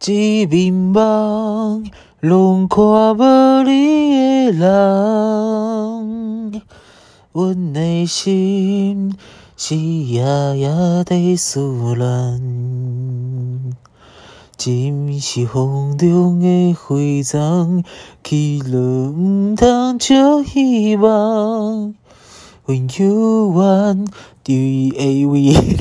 一面梦，拢看无你的人，阮的心是夜夜在思念。真是风中的花丛，去了不通借希望。When you want, do you we？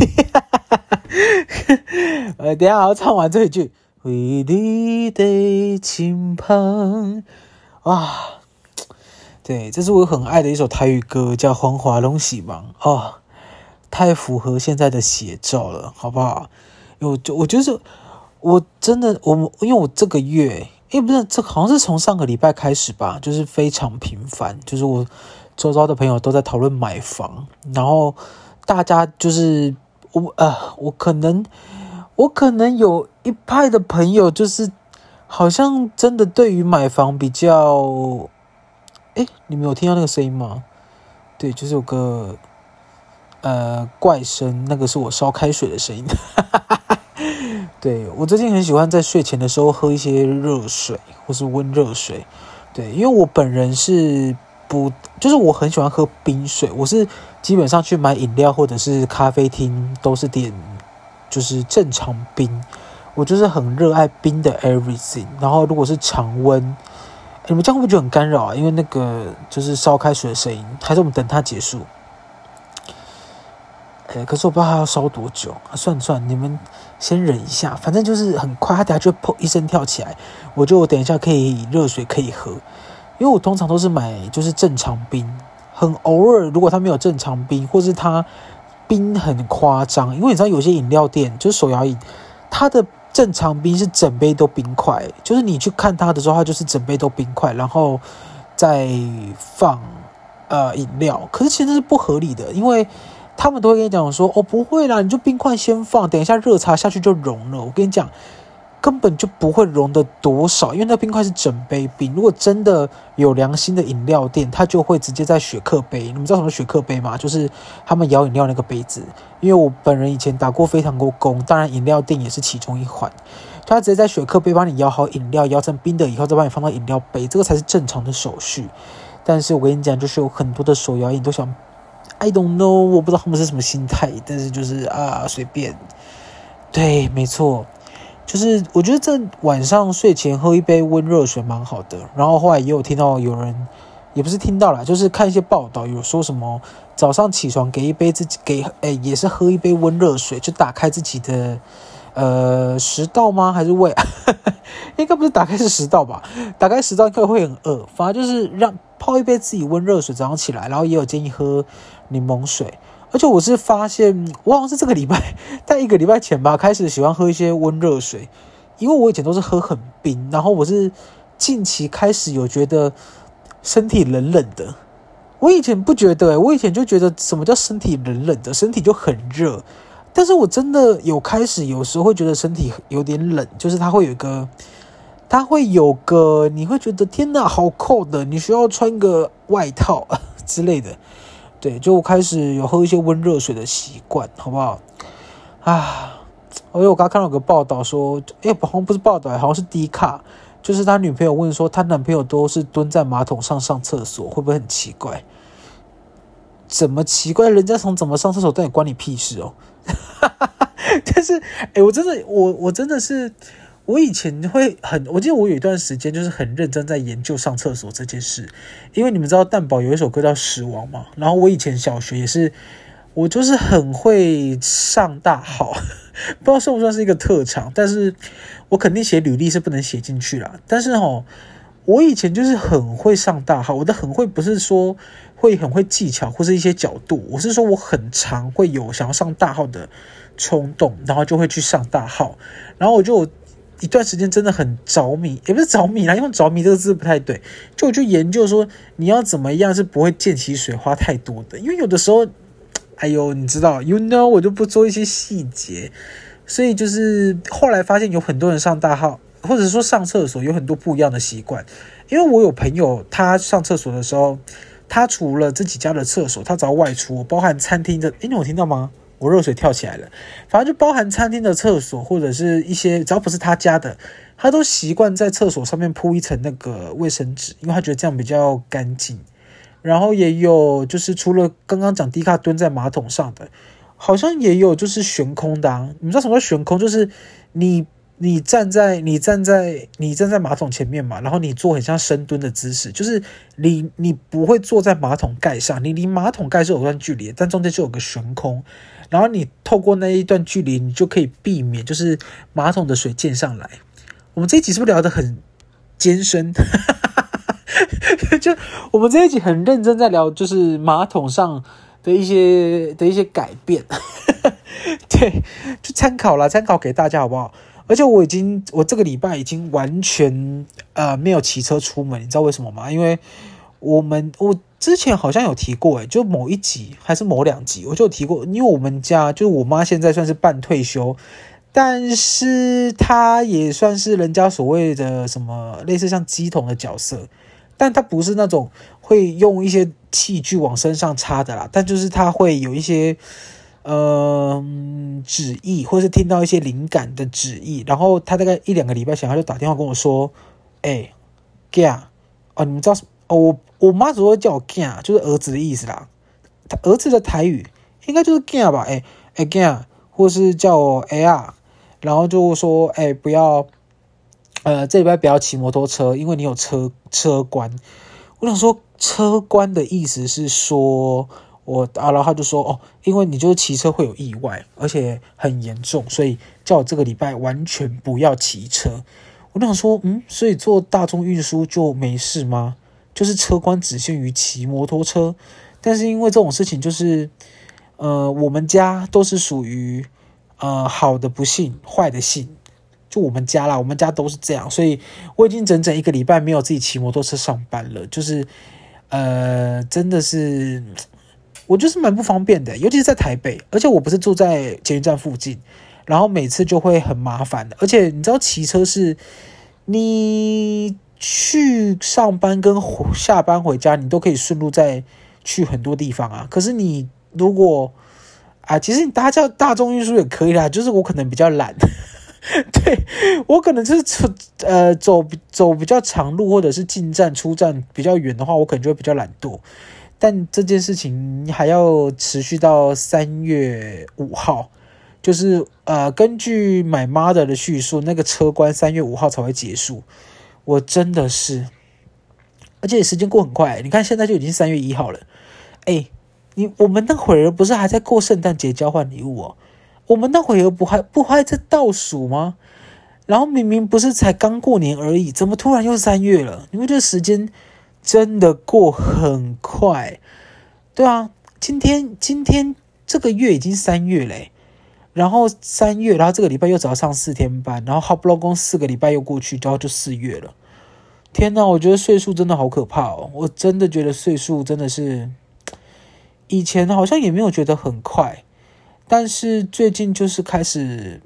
等一下我要唱完这一句。为你的身旁啊，对，这是我很爱的一首台语歌，叫《黄华拢是梦》哦，太符合现在的写照了，好不好？我就是我真的因为我这个月，不是这好像是从上个礼拜开始吧，就是非常频繁，就是我周遭的朋友都在讨论买房，然后大家就是我可能有一派的朋友，就是好像真的对于买房比较，你们有听到那个声音吗？对，就是有个怪声，那个是我烧开水的声音。对，我最近很喜欢在睡前的时候喝一些热水或是温热水。对，因为我本人是就是我很喜欢喝冰水，我是基本上去买饮料或者是咖啡厅都是点就是正常冰，我就是很热爱冰的 everything。然后如果是常温，你们这样会不会觉得很干扰啊？因为那个就是烧开水的声音，还是我们等它结束？可是我不知道它要烧多久算了，你们先忍一下，反正就是很快，它等下就砰一声跳起来，我等一下可以热水可以喝，因为我通常都是买就是正常冰，很偶尔如果它没有正常冰，或是它冰很夸张，因为你知道有些饮料店就是手摇饮，它的正常冰是整杯都冰块，就是你去看它的时候，它就是整杯都冰块，然后再放饮料，可是其实是不合理的，因为他们都会跟你讲说，不会啦，你就冰块先放，等一下热茶下去就融了。我跟你讲，根本就不会融的多少，因为那冰块是整杯冰。如果真的有良心的饮料店，它就会直接在雪克杯。你们知道什么雪克杯吗？就是他们摇饮料那个杯子。因为我本人以前打过非常多工，当然饮料店也是其中一环。他直接在雪克杯帮你摇好饮料，摇成冰的以后再帮你放到饮料杯，这个才是正常的手续。但是我跟你讲，就是有很多的手摇饮都想。I don't know， 我不知道他们是什么心态，但是就是随便。对，没错，就是我觉得这晚上睡前喝一杯温热水蛮好的。然后后来也有听到有人，也不是听到啦，就是看一些报道有说什么早上起床给也是喝一杯温热水，就打开自己的食道吗？还是胃？应该不是打开是食道吧？打开食道应该会很饿，反而就是泡一杯自己温热水，早上起来，然后也有建议喝柠檬水。而且我是发现，我好像是这个礼拜，在1个礼拜前吧，开始喜欢喝一些温热水，因为我以前都是喝很冰，然后我是近期开始有觉得身体冷冷的。我以前不觉得，我以前就觉得什么叫身体冷冷的，身体就很热。但是我真的有开始，有时候会觉得身体有点冷，就是它会有个，你会觉得天哪，好扣的，你需要穿个外套之类的。对，就我开始有喝一些温热水的习惯，好不好？因为我刚刚看到有个报道说，好像不是报道，好像是 D 卡，就是他女朋友问说，他男朋友都是蹲在马桶上厕所，会不会很奇怪？怎么奇怪？人家怎么上厕所，但也关你屁事哦。但是，我真的是，我以前我记得我有一段时间就是很认真在研究上厕所这件事，因为你们知道蛋堡有一首歌叫《屎王》嘛，然后我以前小学也是，我就是很会上大号，不知道算不算是一个特长，但是我肯定写履历是不能写进去啦。但是我以前就是很会上大号，我的很会不是说会很会技巧或是一些角度，我是说我很常会有想要上大号的冲动，然后就会去上大号，然后我就一段时间真的很着迷，也不是着迷啦，用着迷这个字不太对，就我就研究说你要怎么样是不会溅起水花太多的，因为有的时候，你知道 ，you know， 我就不做一些细节，所以就是后来发现有很多人上大号。或者说上厕所有很多不一样的习惯，因为我有朋友他上厕所的时候，他除了自己家的厕所，他只要外出，包含餐厅的，你有听到吗？ 我热水跳起来了。反正就包含餐厅的厕所或者是一些只要不是他家的，他都习惯在厕所上面铺一层那个卫生纸，因为他觉得这样比较干净。然后也有就是除了刚刚讲迪卡蹲在马桶上的，好像也有就是悬空的啊。你知道什么叫悬空？就是你站在马桶前面嘛，然后你做很像深蹲的姿势，就是你不会坐在马桶盖上，你离马桶盖是有段距离的，但中间就有个悬空，然后你透过那一段距离，你就可以避免就是马桶的水溅上来。我们这一集是不是聊得很艰深？就我们这一集很认真在聊，就是马桶上的一些改变。对，就参考给大家好不好？而且我这个礼拜已经完全没有骑车出门，你知道为什么吗？因为我之前好像有提过，就某一集还是某2集，我就有提过，因为我们家就是我妈现在算是半退休，但是她也算是人家所谓的什么类似像乩童的角色，但她不是那种会用一些器具往身上插的啦，但就是她会有一些旨意，或是听到一些灵感的旨意，然后他大概1-2个礼拜前，他就打电话跟我说：“囝，你们知道什么？我妈只会叫我囝，就是儿子的意思啦。儿子的台语应该就是囝吧？囝，或是叫我啊，然后就说不要，这礼拜不要骑摩托车，因为你有车关。我想说车关的意思是说。”然后他就说因为你就是骑车会有意外，而且很严重，所以叫我这个礼拜完全不要骑车。我想说，所以做大众运输就没事吗？就是车关只限于骑摩托车，但是因为这种事情就是，我们家都是属于好的不信，坏的信，就我们家啦，我们家都是这样，所以我已经整整1个礼拜没有自己骑摩托车上班了，就是真的是。我就是蛮不方便的，尤其是在台北，而且我不是住在捷运站附近，然后每次就会很麻烦的。而且你知道骑车是你去上班跟下班回家，你都可以顺路再去很多地方啊。可是你如果其实你搭叫大众运输也可以啦，就是我可能比较懒。对，我可能就是走比较长路，或者是进站出站比较远的话，我可能就会比较懒惰。但这件事情还要持续到3月5号，就是根据My Mother 的叙述，那个车关3月5号才会结束。我真的是，而且时间过很快，你看现在就已经3月1号了。我们那会儿不是还在过圣诞节交换礼物哦？我们那会儿不还在倒数吗？然后明明不是才刚过年而已，怎么突然又3月了？你会觉得时间真的过很快，对啊，今天这个月已经3月嘞，然后3月，然后这个礼拜又只要上4天班，然后好不容易4个礼拜又过去，然后就4月了。天哪，我觉得岁数真的好可怕哦！我真的觉得岁数真的是，以前好像也没有觉得很快，但是最近就是开始，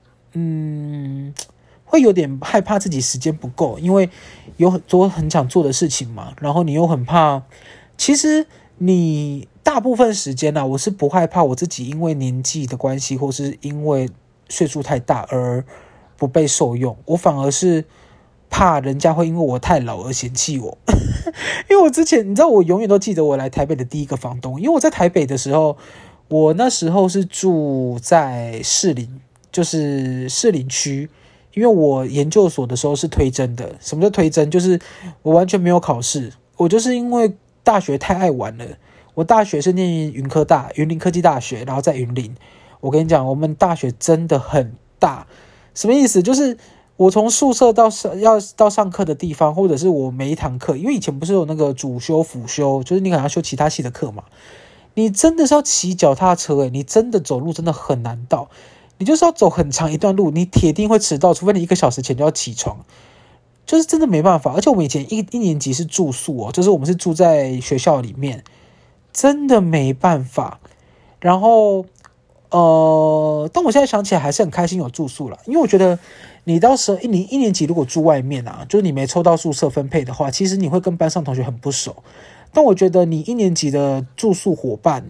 会有点害怕自己时间不够，因为有很多很想做的事情嘛，然后你又很怕。其实你大部分时间我是不害怕我自己因为年纪的关系，或是因为岁数太大而不被受用，我反而是怕人家会因为我太老而嫌弃我。因为我之前你知道，我永远都记得我来台北的第一个房东，因为我在台北的时候，我那时候是住在士林，就是士林区。因为我研究所的时候是推甄的，什么叫推甄？就是我完全没有考试，我就是因为大学太爱玩了。我大学是念云林科技大学，然后在云林。我跟你讲，我们大学真的很大，什么意思？就是我从宿舍要到上课的地方，或者是我每一堂课，因为以前不是有那个主修辅修，就是你可能要修其他系的课嘛，你真的是要骑脚踏车你真的走路真的很难到。你就是要走很长一段路，你铁定会迟到，除非你1个小时前就要起床，就是真的没办法。而且我们以前一年级是住宿就是我们是住在学校里面，真的没办法。然后但我现在想起来还是很开心有住宿了，因为我觉得你到时候一年级如果住外面就是你没抽到宿舍分配的话，其实你会跟班上同学很不熟。但我觉得你1年级的住宿伙伴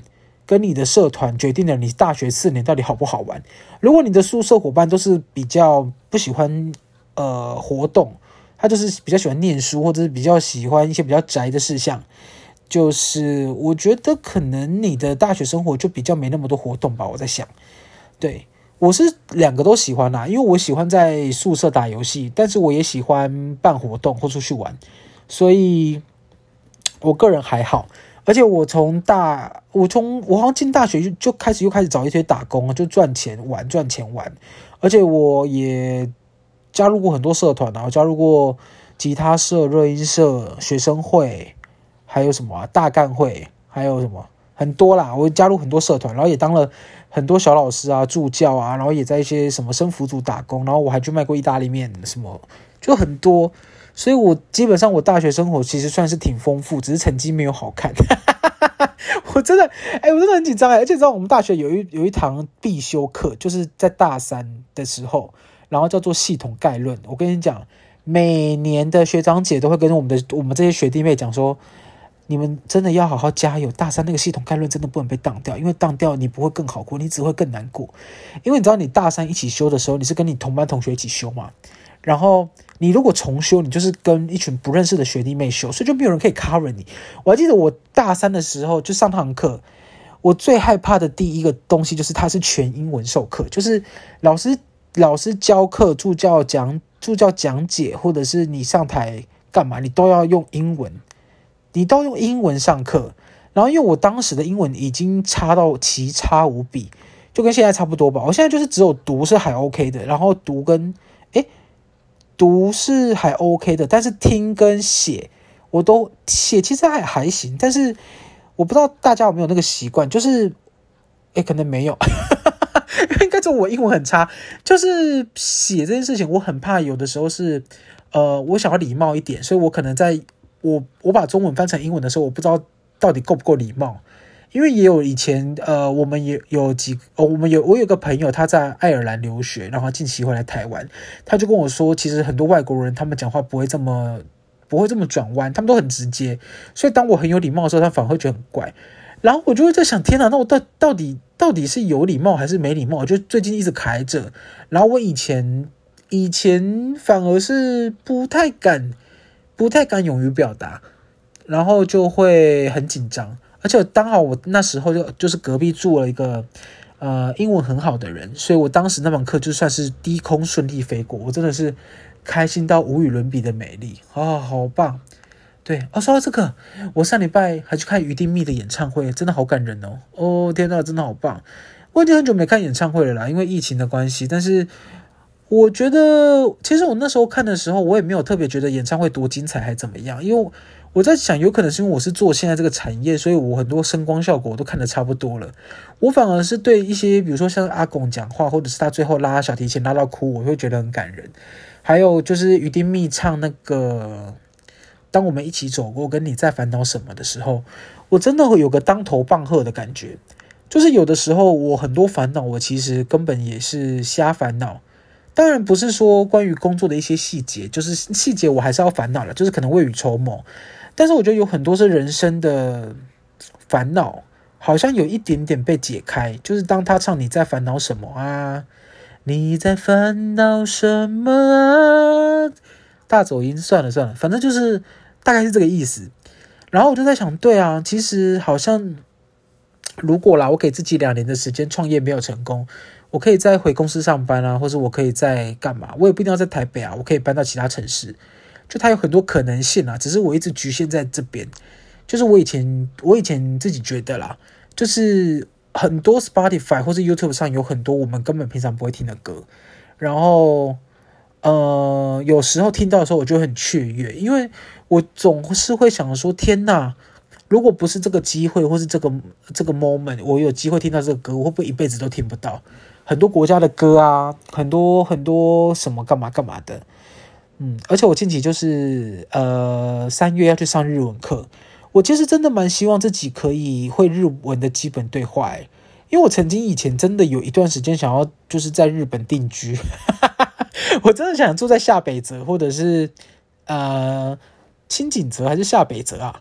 跟你的社团决定了你大学4年到底好不好玩。如果你的宿舍伙伴都是比较不喜欢活动，他就是比较喜欢念书，或者是比较喜欢一些比较宅的事项，就是我觉得可能你的大学生活就比较没那么多活动吧。我在想，对，我是2个都喜欢啦，因为我喜欢在宿舍打游戏，但是我也喜欢办活动或出去玩，所以我个人还好。而且我好像进大学就开始找一些打工，就赚钱玩。而且我也加入过很多社团啊，我加入过吉他社、热音社、学生会，还有什么大干会，还有什么很多啦。我加入很多社团，然后也当了很多小老师啊、助教啊，然后也在一些什么生辅组打工，然后我还去卖过意大利面，什么就很多。所以我基本上我大学生活其实算是挺丰富，只是成绩没有好看。我真的很紧张而且你知道我们大学有一堂必修课，就是在大3的时候，然后叫做系统概论。我跟你讲，每年的学长姐都会跟我们这些学弟妹讲说，你们真的要好好加油，大3那个系统概论真的不能被当掉，因为当掉你不会更好过，你只会更难过。因为你知道你大3一起修的时候，你是跟你同班同学一起修嘛，然后你如果重修，你就是跟一群不认识的学弟妹修，所以就没有人可以 cover 你。我还记得我大3的时候就上堂课，我最害怕的第一个东西就是它是全英文授课，就是老师教课、助教讲解，或者是你上台干嘛，你都要用英文上课。然后因为我当时的英文已经差到奇差无比，就跟现在差不多吧。我现在就是只有读是还 OK 的，然后读是还 OK 的，但是听跟写我都写其实还行，但是我不知道大家有没有那个习惯，就是可能没有应该说我英文很差，就是写这件事情我很怕有的时候是我想要礼貌一点，所以我可能在我把中文翻成英文的时候，我不知道到底够不够礼貌。因为也有以前我们也有我有个朋友他在爱尔兰留学，然后近期回来台湾，他就跟我说，其实很多外国人他们讲话不会这么转弯，他们都很直接，所以当我很有礼貌的时候，他反而会觉得很怪。然后我就会在想，天哪，那我到底是有礼貌还是没礼貌？我就最近一直卡在这。然后我以前反而是不太敢勇于表达，然后就会很紧张。而且刚好我那时候就是隔壁住了一个英文很好的人，所以我当时那门课就算是低空顺利飞过，我真的是开心到无与伦比的美丽好棒。对说到这个，我上礼拜还去看于丁密的演唱会，真的好感人天哪，真的好棒。我已经很久没看演唱会了啦，因为疫情的关系，但是我觉得其实我那时候看的时候，我也没有特别觉得演唱会多精彩还怎么样，因为我在想，有可能是因为我是做现在这个产业，所以我很多声光效果我都看得差不多了。我反而是对一些比如说像阿拱讲话，或者是他最后拉小提琴拉到哭，我会觉得很感人。还有就是于丁密唱那个当我们一起走过跟你在烦恼什么的时候，我真的会有个当头棒喝的感觉。就是有的时候我很多烦恼，我其实根本也是瞎烦恼。当然不是说关于工作的一些细节，就是细节我还是要烦恼了，就是可能未雨绸缪。但是我觉得有很多是人生的烦恼，好像有一点点被解开。就是当他唱你在烦恼什么啊，你在烦恼什么啊，大走音算了，反正就是大概是这个意思。然后我就在想，对啊，其实好像如果我给自己2年的时间创业没有成功，我可以再回公司上班啊，或者我可以再干嘛，我也不一定要在台北啊，我可以搬到其他城市，就它有很多可能性啊，只是我一直局限在这边。就是我以前自己觉得啦，就是很多 Spotify 或是 YouTube 上有很多我们根本平常不会听的歌，然后有时候听到的时候我就很雀跃，因为我总是会想说，天哪，如果不是这个机会或是这个 moment 我有机会听到这个歌，我会不会一辈子都听不到很多国家的歌啊，很多什么干嘛干嘛的。而且我近期就是3月要去上日文课，我其实真的蛮希望自己可以会日文的基本对话因为我曾经以前真的有一段时间想要就是在日本定居我真的想住在下北泽或者是清景泽还是下北泽啊，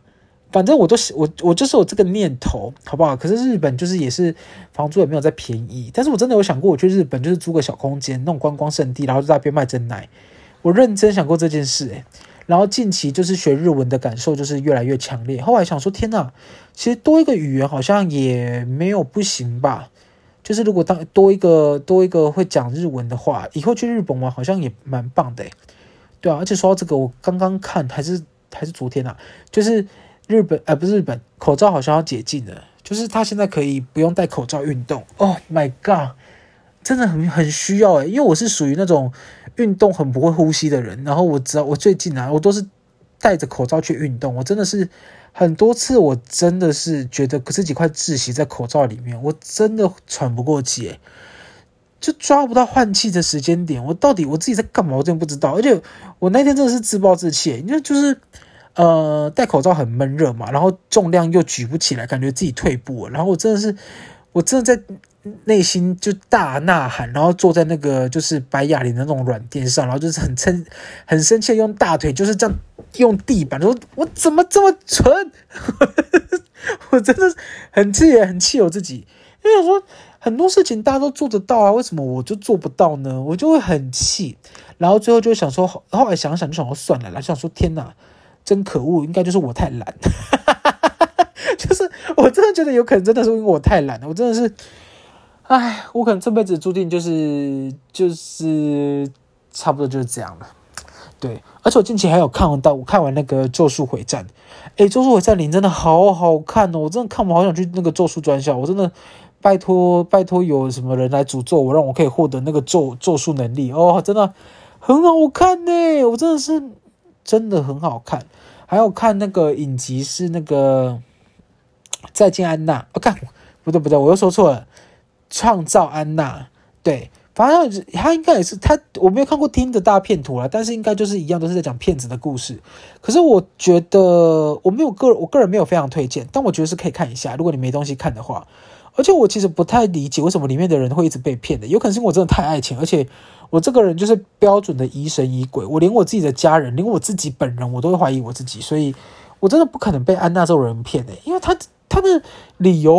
反正我就是有这个念头，好不好？可是日本就是也是房租也没有再便宜，但是我真的有想过，我去日本就是租个小空间，那种观光胜地，然后就在那边卖真奶。我认真想过这件事，然后近期就是学日文的感受就是越来越强烈。后来想说，天哪，其实多一个语言好像也没有不行吧？就是如果多一个会讲日文的话，以后去日本玩好像也蛮棒的，对啊。而且说到这个，我刚刚看还是昨天啊，就是不是日本，口罩好像要解禁了，就是他现在可以不用戴口罩运动。Oh my god， 真的很需要因为我是属于那种运动很不会呼吸的人，然后我最近我都是戴着口罩去运动，我真的是很多次，我真的是觉得自己快窒息在口罩里面，我真的喘不过气就抓不到换气的时间点，到底我自己在干嘛，我真的不知道。而且我那天真的是自暴自弃，因为就是戴口罩很闷热嘛，然后重量又举不起来，感觉自己退步了，然后我真的在内心就大呐喊，然后坐在那个就是白哑铃的那种软垫上，然后就是很生气的用大腿就是这样用地板，说我怎么这么蠢我真的很气我自己，因为我说很多事情大家都做得到啊，为什么我就做不到呢？我就会很气，然后最后就想说，后来想想就想说算了啦，想说天哪，真可恶，应该就是我太懒就是我真的觉得有可能真的是因为我太懒了，我真的是我可能这辈子注定就是差不多就是这样了。对，而且我近期还有看完那个《咒术回战》，《咒术回战》0真的好好看哦！我真的看完好想去那个咒术专校，我真的拜托有什么人来诅咒我，让我可以获得那个咒术能力哦！真的很好看呢，我真的很好看。还有看那个影集是那个《再见安娜》，不对，我又说错了。创造安娜，对，反正他应该也是我没有看过听的大片图啦，但是应该就是一样，都是在讲骗子的故事。可是我觉得我个人没有非常推荐，但我觉得是可以看一下，如果你没东西看的话。而且我其实不太理解为什么里面的人会一直被骗的，有可能是因为我真的太爱钱，而且我这个人就是标准的疑神疑鬼，我连我自己的家人，连我自己本人，我都会怀疑我自己，所以我真的不可能被安娜这种人骗因为他的理由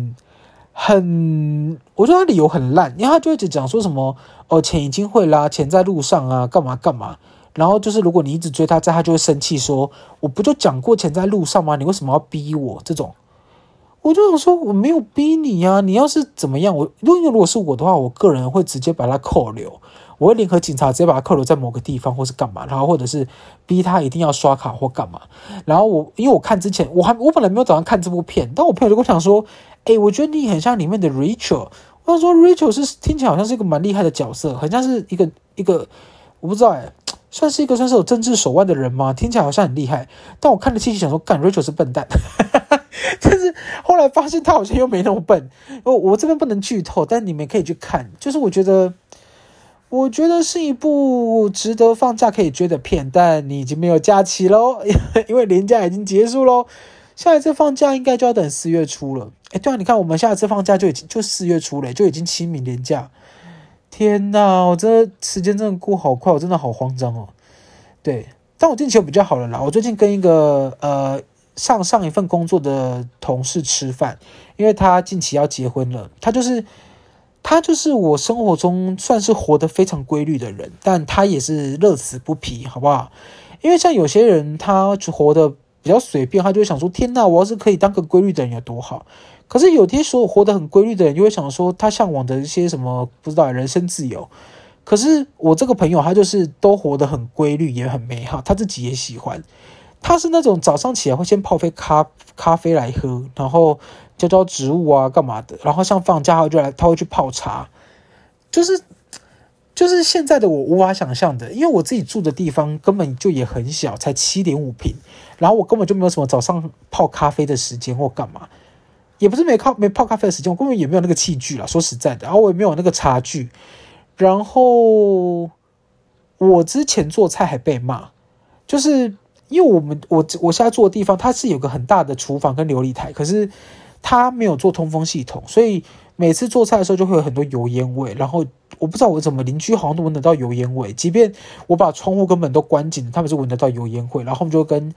我觉得他理由很烂，因为他就一直讲说什么钱已经会啦，钱在路上啊，干嘛，然后就是如果你一直追他就会生气说，我不就讲过钱在路上吗？你为什么要逼我？这种，我就想说我没有逼你啊，你要是怎么样，如果是我的话，我个人会直接把他扣留，我会联合警察直接把他扣留在某个地方或是干嘛，然后或者是逼他一定要刷卡或干嘛。然后因为我看之前我本来没有打算看这部片，但我朋友就跟我讲说，我觉得你很像里面的 Rachel。我想说 Rachel 是听起来好像是一个蛮厉害的角色，很像是一个我不知道算是有政治手腕的人吗？听起来好像很厉害，但我看了气息想说，干 Rachel 是笨蛋但是后来发现他好像又没那么笨。我这边不能剧透，但你们可以去看，就是我觉得是一部值得放假可以追的片，但你已经没有假期咯因为连假已经结束咯，下一次放假应该就要等4月初了。对啊，你看我们下一次放假就4月初了，就已经清明连假。天哪，我这时间真的过好快，我真的好慌张哦。对，但我近期有比较好了啦，我最近跟一个上一份工作的同事吃饭，因为他近期要结婚了，他就是我生活中算是活得非常规律的人，但他也是乐此不疲，好不好？因为像有些人他活得比较随便，他就会想说，天哪，我要是可以当个规律的人有多好。可是有些时候活得很规律的人就会想说，他向往的一些什么不知道人生自由。可是我这个朋友他就是都活得很规律也很美好，他自己也喜欢。他是那种早上起来会先泡杯咖啡来喝，然后浇植物啊干嘛的，然后像放假他会去泡茶，就是现在的我无法想象的，因为我自己住的地方根本就也很小，才7.5平，然后我根本就没有什么早上泡咖啡的时间或干嘛，也不是没泡咖啡的时间，我根本也没有那个器具啦，说实在的，然后我也没有那个茶具，然后我之前做菜还被骂，就是因为我现在住的地方它是有个很大的厨房跟流理台，可是它没有做通风系统，所以每次做菜的时候就会有很多油烟味，然后我不知道我怎么邻居好像都闻得到油烟味，即便我把窗户根本都关紧，他们是闻得到油烟味，然后我们就跟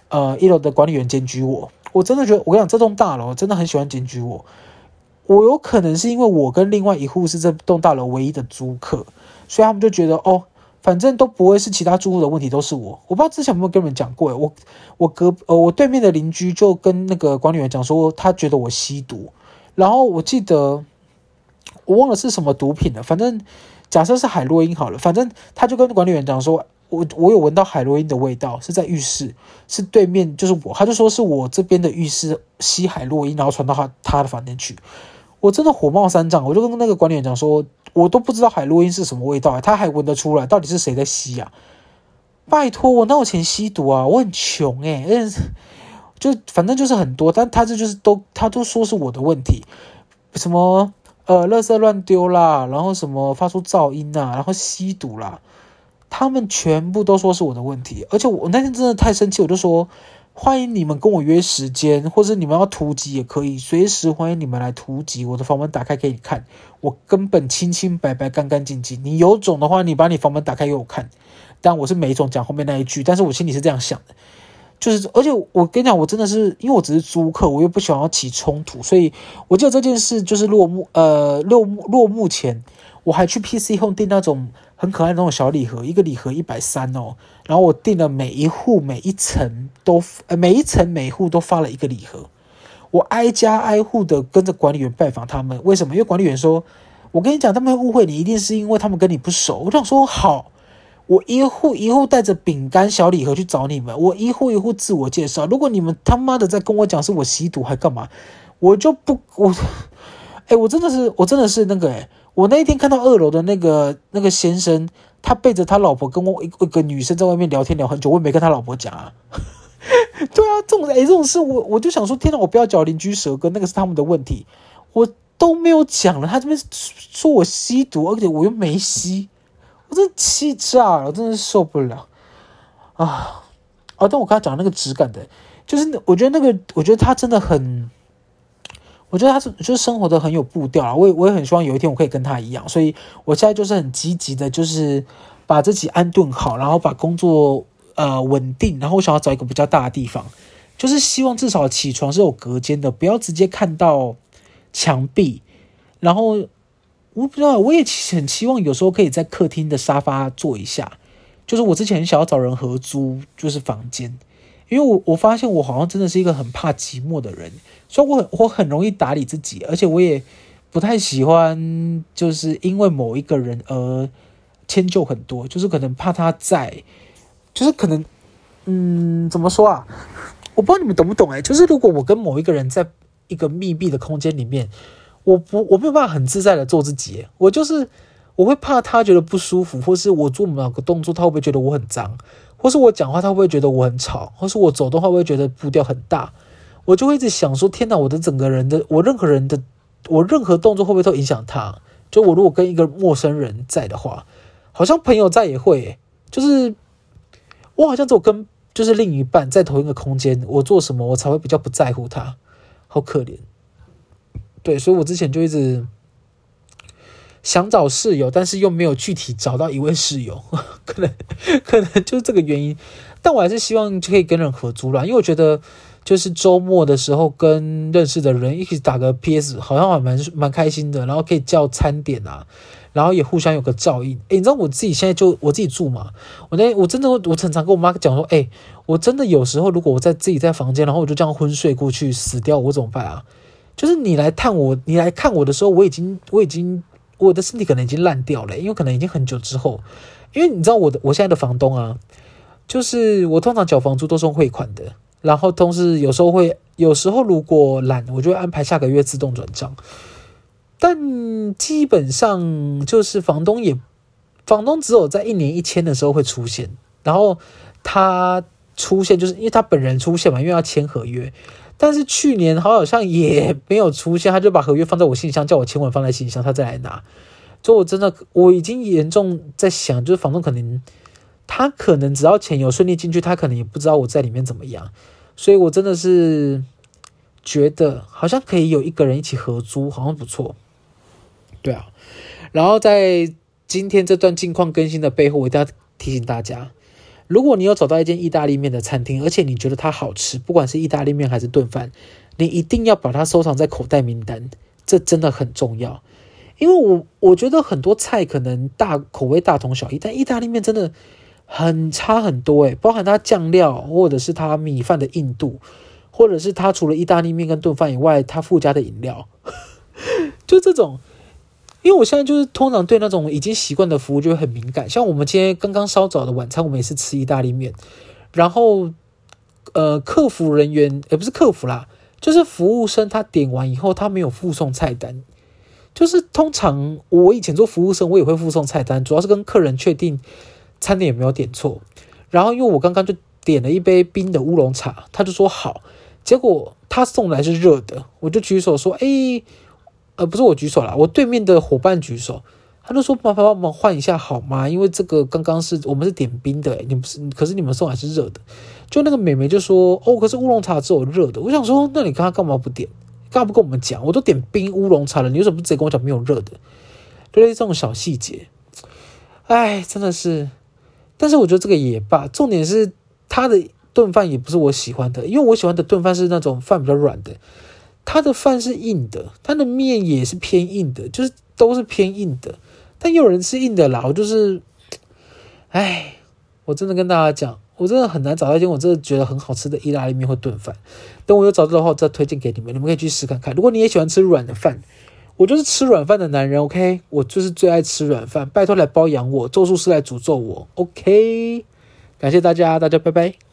1楼的管理员检举我。我真的觉得，我跟你讲，这栋大楼真的很喜欢检举我。我有可能是因为我跟另外一户是这栋大楼唯一的租客，所以他们就觉得反正都不会是其他住户的问题，都是我。我不知道之前有没有跟你们讲过，我对面的邻居就跟那个管理员讲说，他觉得我吸毒，然后我记得我忘了是什么毒品了，反正假设是海洛因好了，反正他就跟管理员讲说，我有闻到海洛因的味道，是在浴室，是对面就是我，他就说是我这边的浴室吸海洛因，然后传到他的房间去。我真的火冒三丈，我就跟那个管理员讲说，我都不知道海洛因是什么味道，他还闻得出来，到底是谁在吸啊？拜托，我哪有钱吸毒啊？我很穷就反正就是很多，但他都说是我的问题，什么垃圾乱丢啦，然后什么发出噪音啊，然后吸毒啦，他们全部都说是我的问题，而且我那天真的太生气，我就说，欢迎你们跟我约时间，或者你们要突击也可以，随时欢迎你们来突击。我的房门打开给你看，我根本清清白白、干干净净。你有种的话，你把你房门打开给我看。当然我是没种讲后面那一句，但是我心里是这样想的，而且我跟你讲，我真的是因为我只是租客，我又不喜欢要起冲突，所以我记得这件事就是落幕前，我还去 PC Home 订那种很可爱的那种小礼盒，一个礼盒130哦，然后我订了每一层每户都发了一个礼盒，我挨家挨户的跟着管理员拜访他们，为什么？因为管理员说，我跟你讲，他们会误会你，一定是因为他们跟你不熟。我就想说好，我一户带着饼干小礼盒去找你们，我一户自我介绍。如果你们他妈的在跟我讲是我吸毒还干嘛，我就不我真的是那个我那一天看到2楼的那个先生，他背着他老婆跟我一个女生在外面聊天聊很久，我也没跟他老婆讲啊。对啊，这种事我就想说，天哪，我不要搅邻居舌根，那个是他们的问题，我都没有讲了，他这边说我吸毒，而且我又没吸。我真的气炸了，我真的受不了啊！但我刚才讲那个质感的，就是我觉得他真的很，我觉得他就是生活的很有步调啊。我也很希望有一天我可以跟他一样，所以我现在就是很积极的，就是把自己安顿好，然后把工作稳定，然后我想要找一个比较大的地方，就是希望至少起床是有隔间的，不要直接看到墙壁，然后。我不知道，我也很期望有时候可以在客厅的沙发坐一下。就是我之前很想要找人合租，就是房间，因为我发现我好像真的是一个很怕寂寞的人，所以我很容易打理自己，而且我也不太喜欢就是因为某一个人而迁就很多，就是可能怕他在，就是可能怎么说啊？我不知道你们懂不懂就是如果我跟某一个人在一个密闭的空间里面。我没有办法很自在的做自己，我会怕他觉得不舒服，或是我做某个动作他会不会觉得我很脏，或是我讲话他会不会觉得我很吵，或是我走动他会不会觉得步调很大，我就会一直想说，天哪，我的整个人的我任何动作会不会都影响他？就我如果跟一个陌生人在的话，好像朋友在也会就是我好像只有跟就是另一半在同一个空间，我做什么我才会比较不在乎他，好可怜。对，所以我之前就一直想找室友，但是又没有具体找到一位室友，可能就是这个原因。但我还是希望可以跟人合租啦，因为我觉得就是周末的时候跟认识的人一起打个 PS， 好像还蛮开心的，然后可以叫餐点啊，然后也互相有个照应。你知道我自己现在我自己住嘛，我真的我常常跟我妈讲说，我真的有时候如果我自己在房间，然后我就这样昏睡过去死掉，我怎么办啊？就是你来看我的时候，我的身体可能已经烂掉了，因为可能已经很久之后，因为你知道我现在的房东啊，就是我通常缴房租都是用汇款的，然后同时有时候如果懒，我就会安排下个月自动转账，但基本上就是房东只有在1年1签的时候会出现，然后他出现就是因为他本人出现嘛，因为要签合约。但是去年好像也没有出现，他就把合约放在我信箱，叫我签完放在信箱，他再来拿。所以我已经严重在想，就是房东他可能只要钱有顺利进去，他可能也不知道我在里面怎么样。所以我真的是觉得好像可以有一个人一起合租，好像不错。对啊，然后在今天这段近况更新的背后，我一定要提醒大家， 如果你有找到一间意大利面的餐厅，而且你觉得它好吃，不管是意大利面还是炖饭，你一定要把它收藏在口袋名单，这真的很重要。因为我觉得很多菜可能口味大同小异，但意大利面真的很差很多包含它酱料，或者是它米饭的硬度，或者是它除了意大利面跟炖饭以外，它附加的饮料，就这种。因为我现在就是通常对那种已经习惯的服务就会很敏感，像我们今天刚刚稍早的晚餐，我们也是吃意大利面，然后客服人员不是客服啦，就是服务生他点完以后他没有附送菜单，就是通常我以前做服务生我也会附送菜单，主要是跟客人确定餐点有没有点错，然后因为我刚刚就点了一杯冰的乌龙茶，他就说好，结果他送来是热的，我就举手说不是我举手啦，我对面的伙伴举手，他就说麻烦帮我们换一下好吗？因为这个刚刚我们是点冰的，可是你们送来是热的。就那个美眉就说可是乌龙茶只有热的。我想说，那你刚刚干嘛不点？干嘛不跟我们讲？我都点冰乌龙茶了，你为什么不直接跟我讲没有热的？对这种小细节，真的是。但是我觉得这个也罢，重点是他的炖饭也不是我喜欢的，因为我喜欢的炖饭是那种饭比较软的。他的饭是硬的，他的面也是偏硬的，就是都是偏硬的。但也有人吃硬的啦，我就是，我真的跟大家讲，我真的很难找到一间我真的觉得很好吃的意大利面或炖饭。等我有找到的话，我再推荐给你们，你们可以去试看看。如果你也喜欢吃软的饭，我就是吃软饭的男人 ，OK？ 我就是最爱吃软饭，拜托来包养我，咒术师来诅咒我 ，OK？ 感谢大家，大家拜拜。